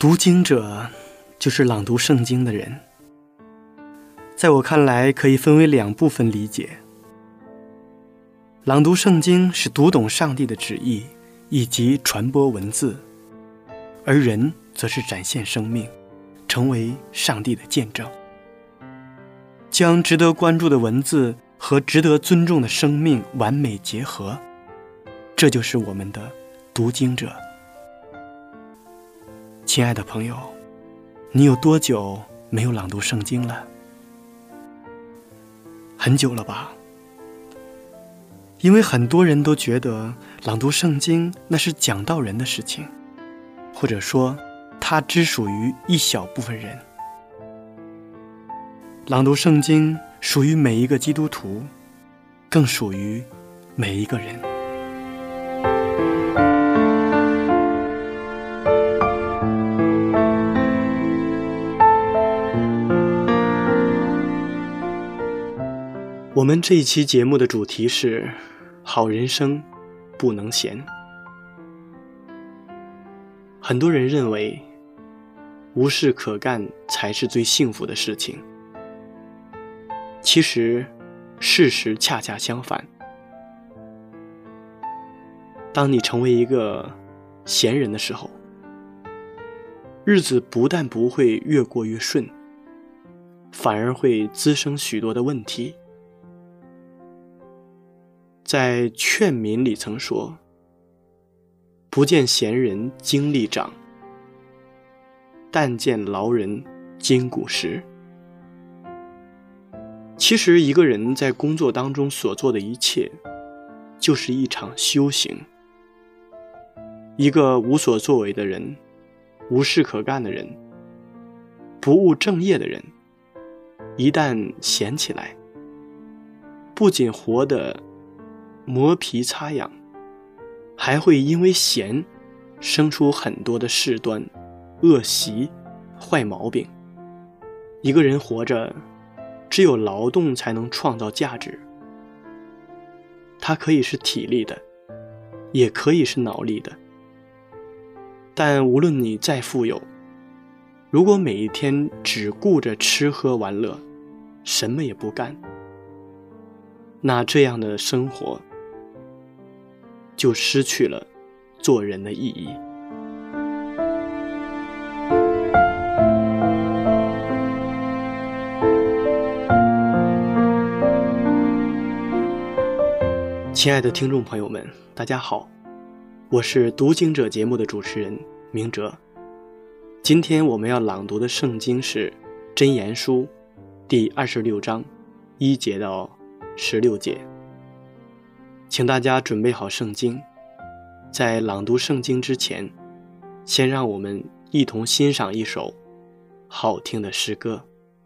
读经者就是朗读圣经的人。在我看来，可以分为2部分理解。朗读圣经是读懂上帝的旨意以及传播文字，而人则是展现生命，成为上帝的见证，将值得关注的文字和值得尊重的生命完美结合，这就是我们的读经者。亲爱的朋友，你有多久没有朗读圣经了？很久了吧？因为很多人都觉得朗读圣经那是讲道人的事情，或者说它只属于一小部分人。朗读圣经属于每一个基督徒，更属于每一个人。我们这一期节目的主题是好人生不能闲。很多人认为无事可干才是最幸福的事情，其实事实恰恰相反。当你成为一个闲人的时候，日子不但不会越过越顺，反而会滋生许多的问题。在劝民里曾说，不见闲人精力长，但见劳人筋骨实。其实一个人在工作当中所做的一切，就是一场修行。一个无所作为的人，无事可干的人，不务正业的人，一旦闲起来，不仅活得磨皮擦痒，还会因为闲生出很多的事端、恶习、坏毛病。一个人活着，只有劳动才能创造价值。它可以是体力的，也可以是脑力的。但无论你再富有，如果每一天只顾着吃喝玩乐，什么也不干，那这样的生活就失去了做人的意义。亲爱的听众朋友们，大家好，我是读经者节目的主持人明哲。今天我们要朗读的圣经是箴言书第26章1节到16节。请大家准备好圣经，在朗读圣经之前，先让我们一同欣赏一首好听的诗歌。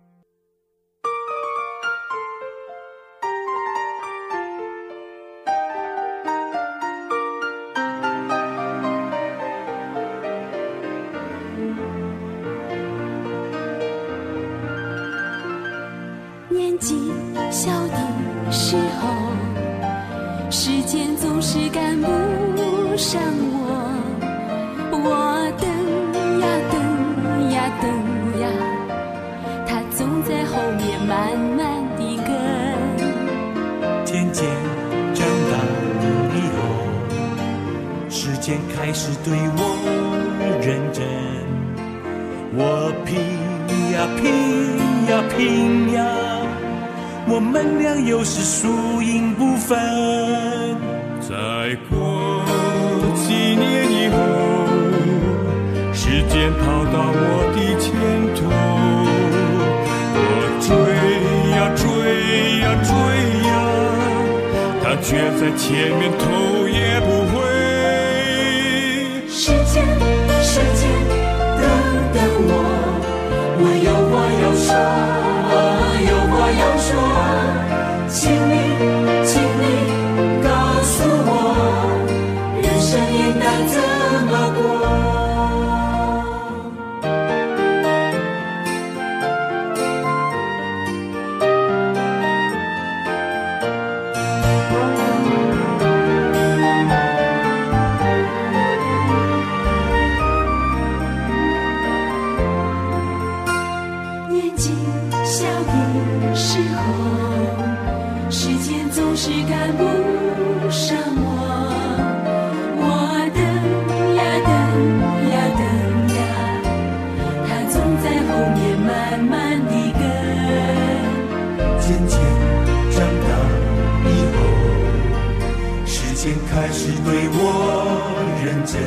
年纪小的时候，时间总是赶不上我，我等呀等呀等呀，他总在后面慢慢地跟。 渐渐长大以后，时间开始对我认真，我拼呀拼呀拼呀，我们俩有时输赢不分。再过几年以后，时间跑到我的前头，我追呀追呀追呀，他却在前面头也不回。 时间时间等等我，我有话要说，有话要说，请你告诉我，人生应该怎么过。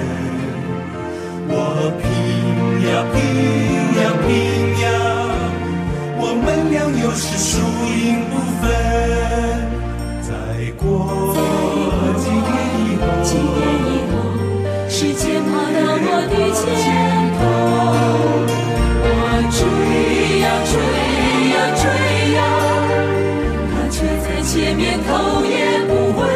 我拼呀拼呀拼呀，我们俩又是输赢不分。再过几年以后， 时间跑到我的前头，我追呀追呀追呀，他却在前面头也不回。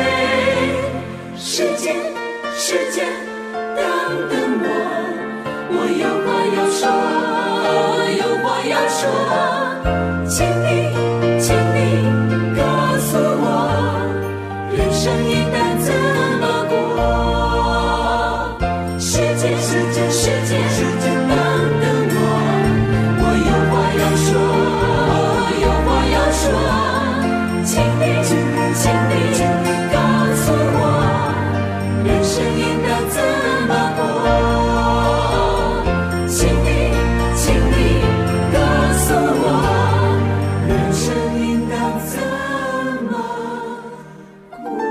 时间等等我有话要说，有话要说，请你告诉我，人生应当怎么过？时间等等我有话要说，有话要说，请你告诉我，人生应当怎么过？请你告诉我，人生应当怎么过？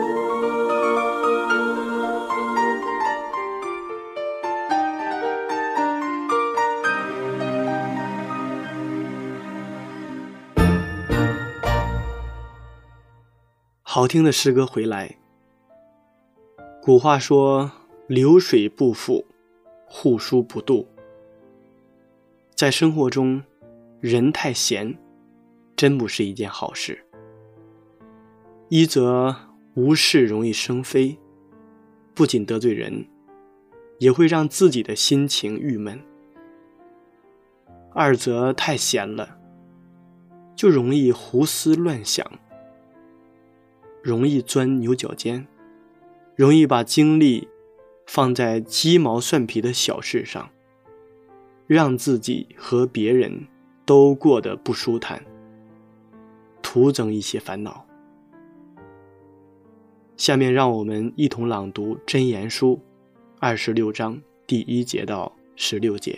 好听的诗歌回来。古话说，流水不腐，户枢不蠹。在生活中，人太闲，真不是一件好事。一则无事容易生非，不仅得罪人，也会让自己的心情郁闷。二则太闲了，就容易胡思乱想，容易钻牛角尖，容易把精力放在鸡毛蒜皮的小事上，让自己和别人都过得不舒坦，徒增一些烦恼。下面让我们一同朗读箴言书26章第1节到16节。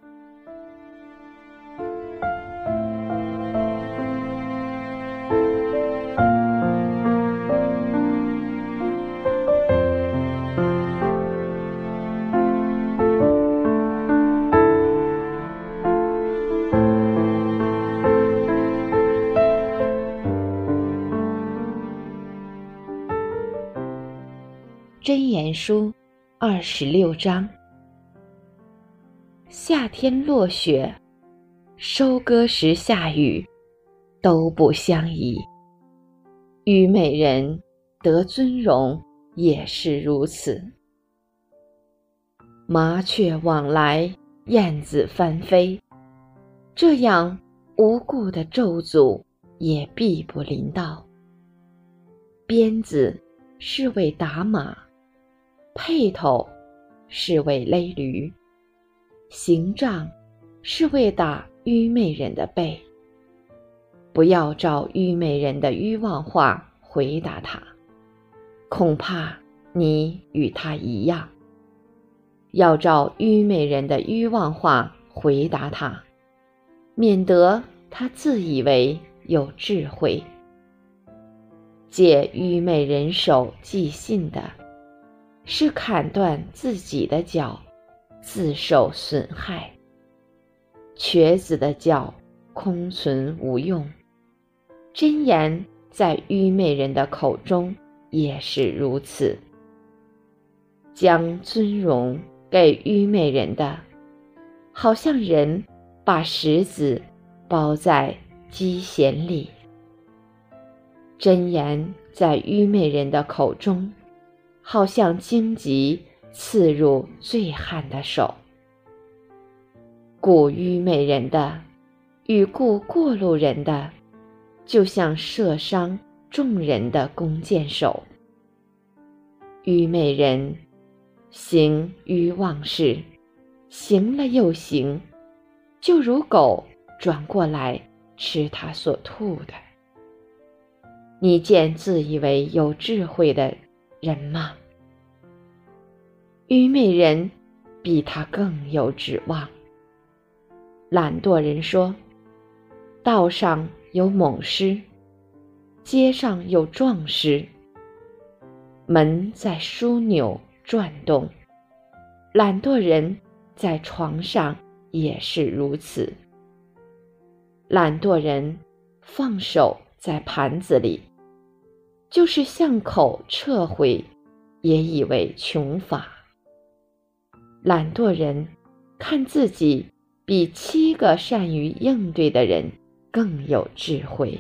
箴言书26章。夏天落雪，收割时下雨，都不相宜。虞美人得尊荣也是如此。麻雀往来，燕子翻飞，这样无故的咒诅也必不临到。鞭子是为打马，辔头是为勒驴，刑杖是为打愚昧人的背。不要照愚昧人的愚妄话回答他，恐怕你与他一样。要照愚昧人的愚妄话回答他，免得他自以为有智慧。借愚昧人手寄信的，是砍断自己的脚，自受损害。瘸子的脚空存无用，箴言在愚昧人的口中也是如此。将尊荣给愚昧人的，好像人把石子包在机弦里。箴言在愚昧人的口中，好像荆棘刺入醉汉的手。雇愚昧人的与雇过路人的，就像射伤众人的弓箭手。愚昧人行愚妄事，行了又行，就如狗转过来吃他所吐的。你见自以为有智慧的人吗？愚昧人比他更有指望。懒惰人说，道上有猛狮，街上有壮狮，门在枢纽转动， 懒惰人在床上也是如此。懒惰人放手在盘子里，就是向口撤回，也以为穷乏。懒惰人看自己比7个善于应对的人更有智慧。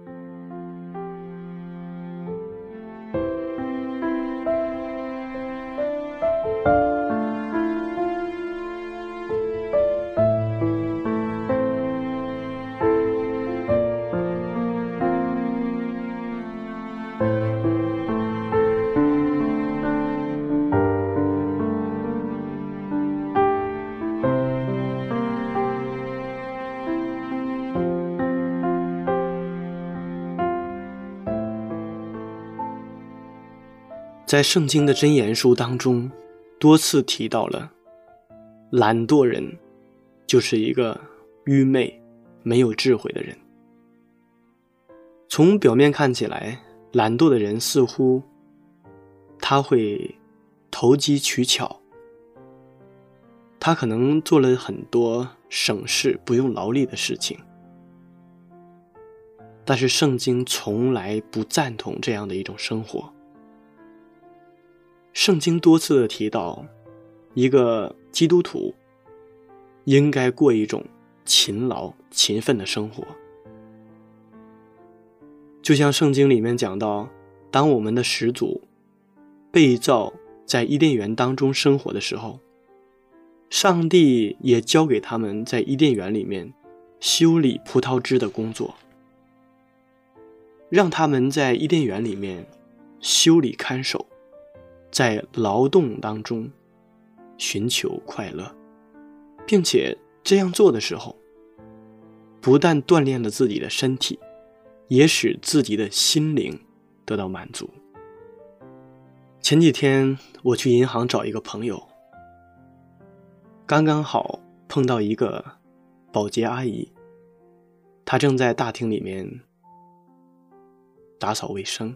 在圣经的箴言书当中，多次提到了懒惰人就是一个愚昧、没有智慧的人。从表面看起来，懒惰的人似乎他会投机取巧，他可能做了很多省事不用劳力的事情，但是圣经从来不赞同这样的一种生活。圣经多次的提到，一个基督徒应该过一种勤劳勤奋的生活。就像圣经里面讲到，当我们的始祖被造在伊甸园当中生活的时候，上帝也交给他们在伊甸园里面修理葡萄枝的工作，让他们在伊甸园里面修理看守，在劳动当中寻求快乐，并且这样做的时候，不但锻炼了自己的身体，也使自己的心灵得到满足。前几天我去银行找一个朋友，刚刚好碰到一个保洁阿姨，她正在大厅里面打扫卫生。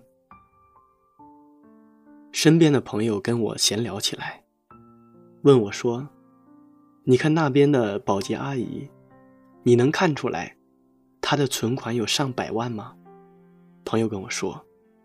身边的朋友跟我闲聊起来，问我说，你看那边的保洁阿姨，你能看出来她的存款有上百万吗？朋友跟我说，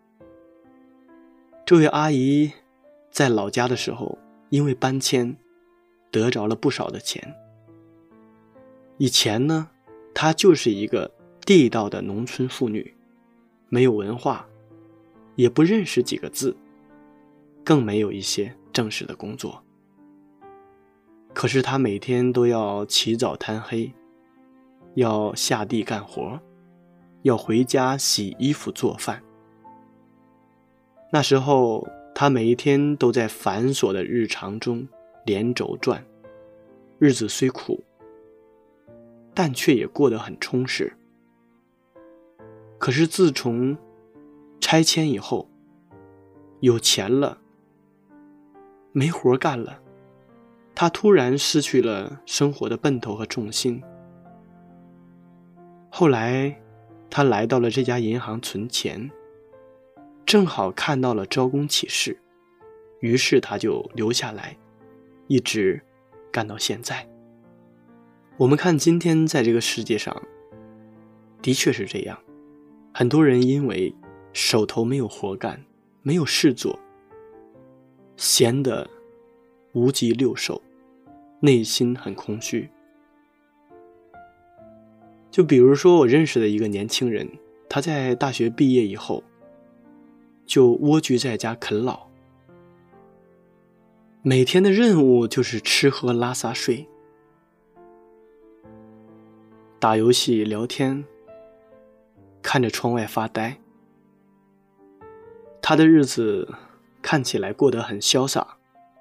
这位阿姨在老家的时候，因为搬迁得着了不少的钱。以前呢，她就是一个地道的农村妇女，没有文化，也不认识几个字，更没有一些正式的工作。可是她每天都要起早贪黑，要下地干活，要回家洗衣服做饭。那时候她每一天都在繁琐的日常中连轴转，日子虽苦，但却也过得很充实。可是自从拆迁以后，有钱了，没活干了，他突然失去了生活的奔头和重心。后来他来到了这家银行存钱，正好看到了招工启事，于是他就留下来，一直干到现在。我们看今天在这个世界上，的确是这样，很多人因为手头没有活干，没有事做，闲得无鸡六兽，内心很空虚。就比如说我认识的一个年轻人，他在大学毕业以后就蜗居在家啃老，每天的任务就是吃喝拉撒睡，打游戏聊天，看着窗外发呆。他的日子看起来过得很潇洒，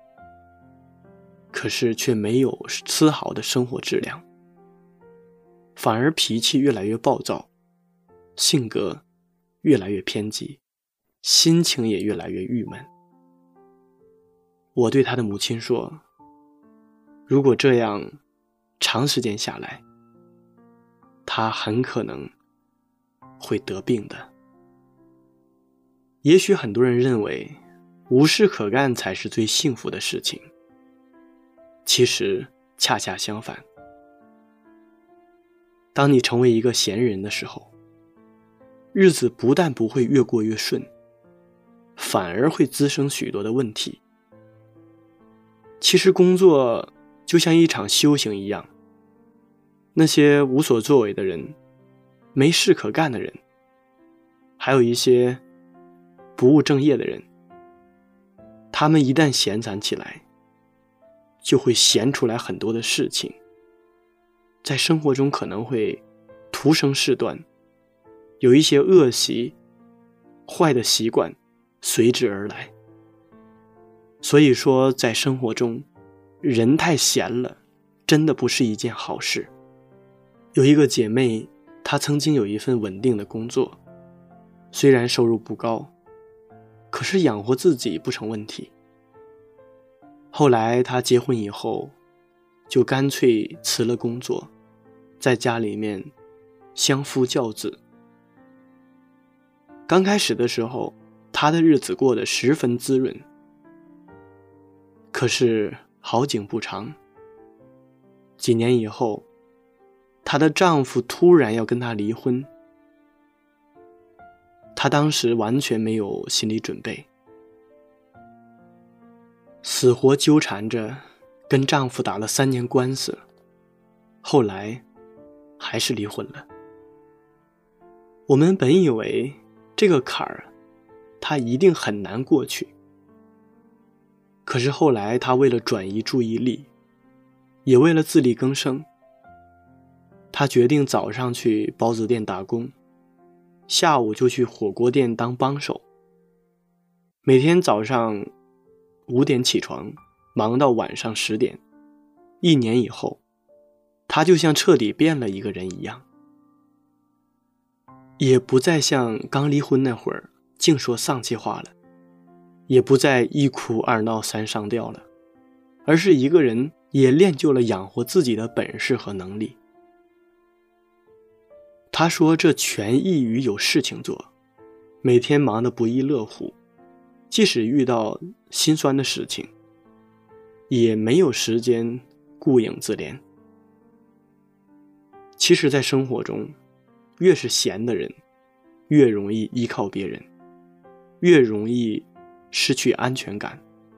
可是却没有丝毫的生活质量，反而脾气越来越暴躁，性格越来越偏激，心情也越来越郁闷。我对他的母亲说，如果这样长时间下来，他很可能会得病的。也许很多人认为无事可干才是最幸福的事情， 其实恰恰相反。当你成为一个闲人的时候，日子不但不会越过越顺，反而会滋生许多的问题。其实工作就像一场修行一样，那些无所作为的人，没事可干的人，还有一些不务正业的人，他们一旦闲散起来，就会闲出来很多的事情，在生活中可能会徒生事端，有一些恶习、坏的习惯随之而来。所以说，在生活中，人太闲了，真的不是一件好事。有一个姐妹，她曾经有一份稳定的工作，虽然收入不高，可是养活自己不成问题。后来她结婚以后，就干脆辞了工作，在家里面相夫教子。刚开始的时候，她的日子过得十分滋润。可是好景不长，几年以后，她的丈夫突然要跟她离婚。她当时完全没有心理准备，死活纠缠着，跟丈夫打了3年官司，后来还是离婚了。我们本以为这个坎儿她一定很难过去，可是后来她为了转移注意力，也为了自力更生，她决定早上去包子店打工，下午就去火锅店当帮手，每天早上5点起床，忙到晚上10点。1年以后，她就像彻底变了一个人一样，也不再像刚离婚那会儿净说丧气话了，也不再1哭2闹3上吊了，而是一个人也练就了养活自己的本事和能力。他说这全依于有事情做，每天忙得不亦乐乎，即使遇到心酸的事情，也没有时间顾影自怜。其实在生活中，越是闲的人，越容易依靠别人，越容易失去安全感。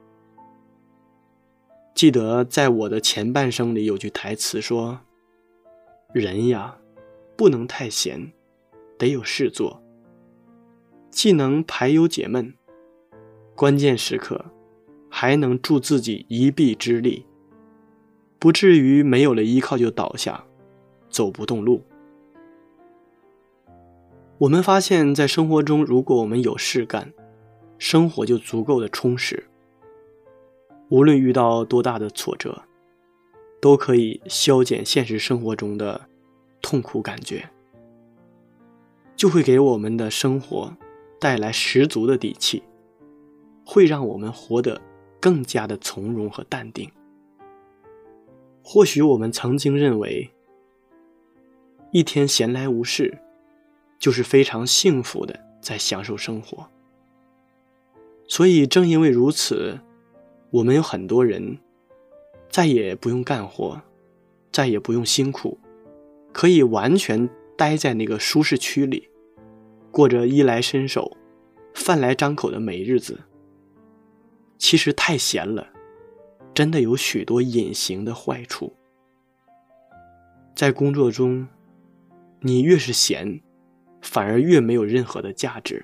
记得在我的前半生里有句台词说，人呀，不能太闲，得有事做，既能排忧解闷，关键时刻还能助自己一臂之力，不至于没有了依靠就倒下，走不动路。我们发现在生活中，如果我们有事干，生活就足够的充实，无论遇到多大的挫折，都可以消减现实生活中的痛苦感觉，就会给我们的生活带来十足的底气，会让我们活得更加的从容和淡定。或许我们曾经认为，一天闲来无事，就是非常幸福的在享受生活。所以正因为如此，我们有很多人再也不用干活，再也不用辛苦，可以完全待在那个舒适区里，过着衣来伸手、饭来张口的美日子。其实太闲了，真的有许多隐形的坏处。在工作中，你越是闲，反而越没有任何的价值。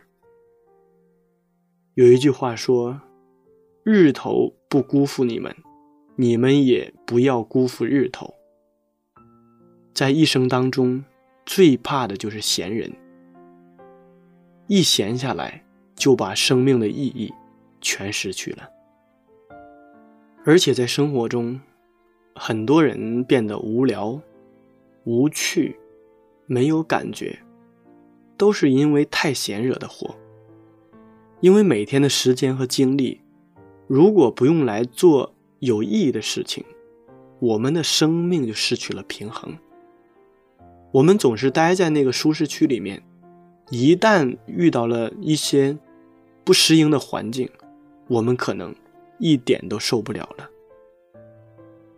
有一句话说，日头不辜负你们，你们也不要辜负日头。在一生当中，最怕的就是闲人，一闲下来就把生命的意义全失去了。而且在生活中，很多人变得无聊、无趣、没有感觉，都是因为太闲惹的祸。因为每天的时间和精力，如果不用来做有意义的事情，我们的生命就失去了平衡。我们总是待在那个舒适区里面，一旦遇到了一些不适应的环境，我们可能一点都受不了了。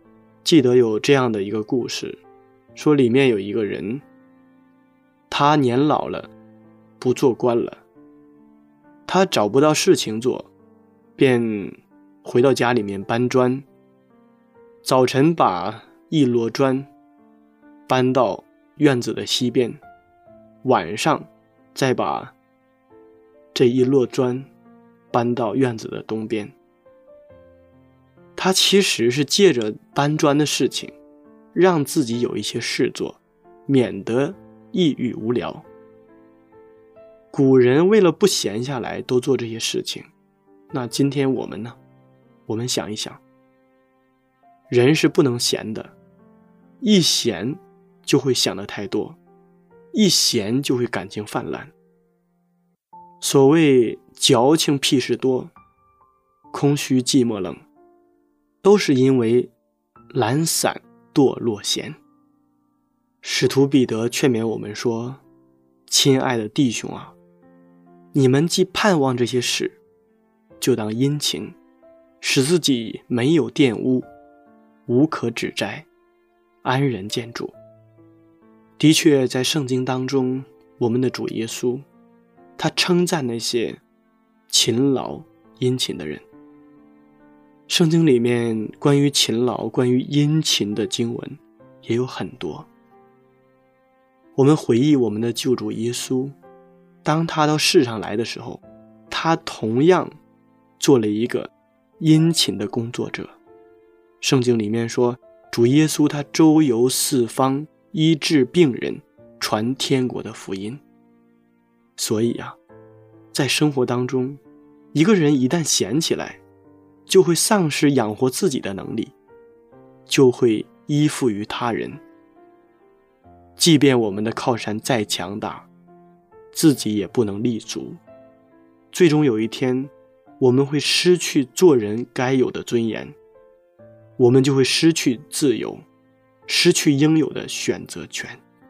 记得有这样的一个故事，说里面有一个人，他年老了，不做官了，他找不到事情做，便回到家里面搬砖。早晨把一摞砖搬到院子的西边，晚上再把这一摞砖搬到院子的东边。他其实是借着搬砖的事情，让自己有一些事做，免得抑郁无聊。古人为了不闲下来都做这些事情，那今天我们呢？我们想一想，人是不能闲的，一闲就会想得太多，一闲就会感情泛滥。所谓矫情屁事多，空虚寂寞冷，都是因为懒散堕落闲。使徒彼得劝勉我们说，亲爱的弟兄啊，你们既盼望这些事，就当殷勤，使自己没有玷污，无可指摘，安然见主。的确，在圣经当中，我们的主耶稣他称赞那些勤劳殷勤的人。圣经里面关于勤劳关于殷勤的经文也有很多。我们回忆我们的救主耶稣，当他到世上来的时候，他同样做了一个殷勤的工作者。圣经里面说，主耶稣他周游四方，医治病人，传天国的福音。所以啊，在生活当中，一个人一旦闲起来，就会丧失养活自己的能力，就会依附于他人。即便我们的靠山再强大，自己也不能立足，最终有一天我们会失去做人该有的尊严，我们就会失去自由，失去应有的选择权。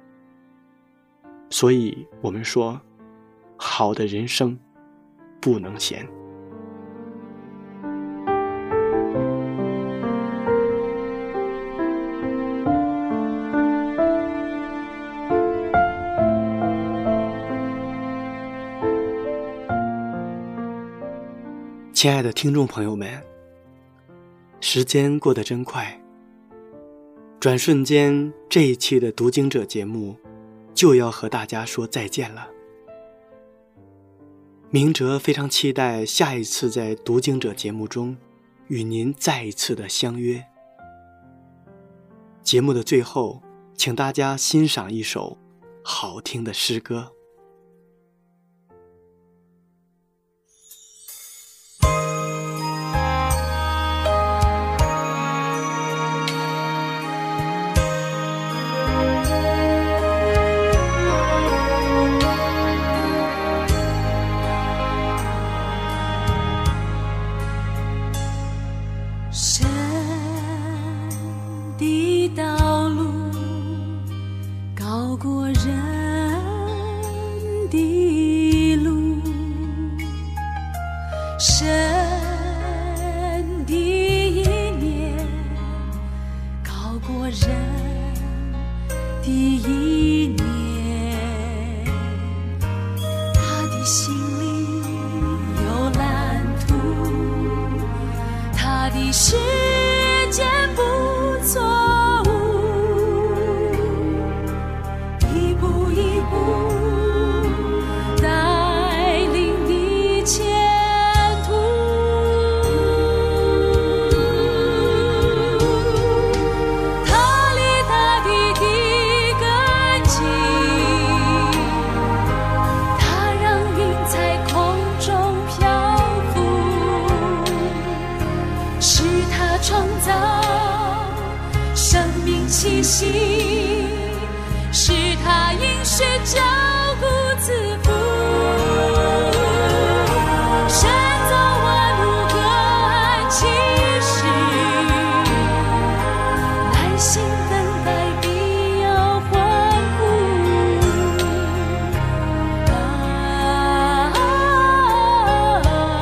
所以我们说，好的人生不能闲。亲爱的听众朋友们，时间过得真快，转瞬间这一期的读经者节目就要和大家说再见了。明哲非常期待下一次在读经者节目中与您再一次的相约。节目的最后，请大家欣赏一首好听的诗歌。 神的道路高过人的路，神的意念高过人的意念，他的心里有蓝图，他的时间不错误，一步一步带领你前途。他立大地的根基，他让云在空中漂浮，是他创造生命气息，是他应许照顾自负。神造万物各按其时，耐心等待必要欢呼。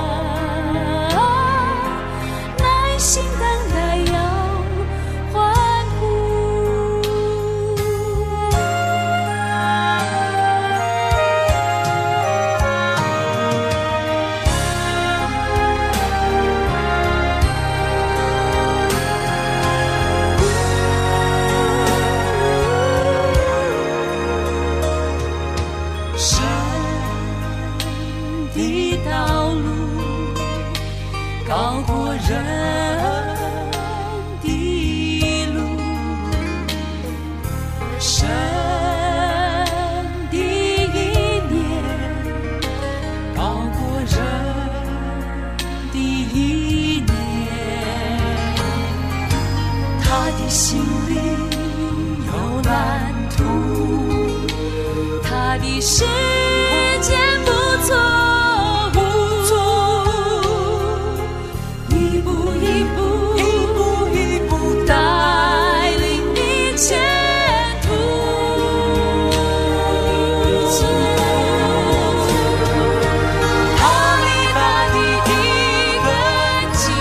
耐心等待要欢呼。 他的心里有蓝图，他的时间不错误，一步一步带领你前途。他立大地的根基，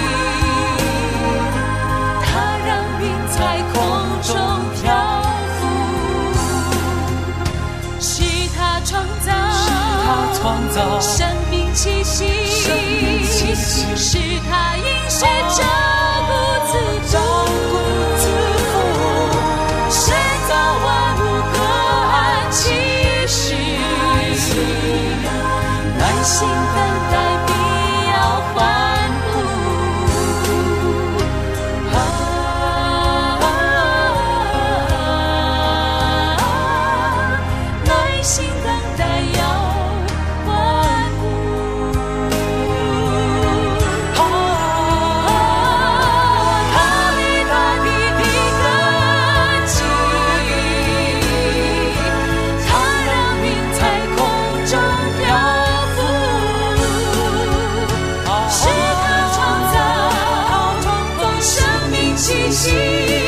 他让云在空中漂浮，是他创造生命气息，是他应许照顾自负，神造万物各按其时，耐心等待必要欢呼。耐心等待要欢呼。他立大地的根基，他让云在空中漂浮，是他创造丰生命气息。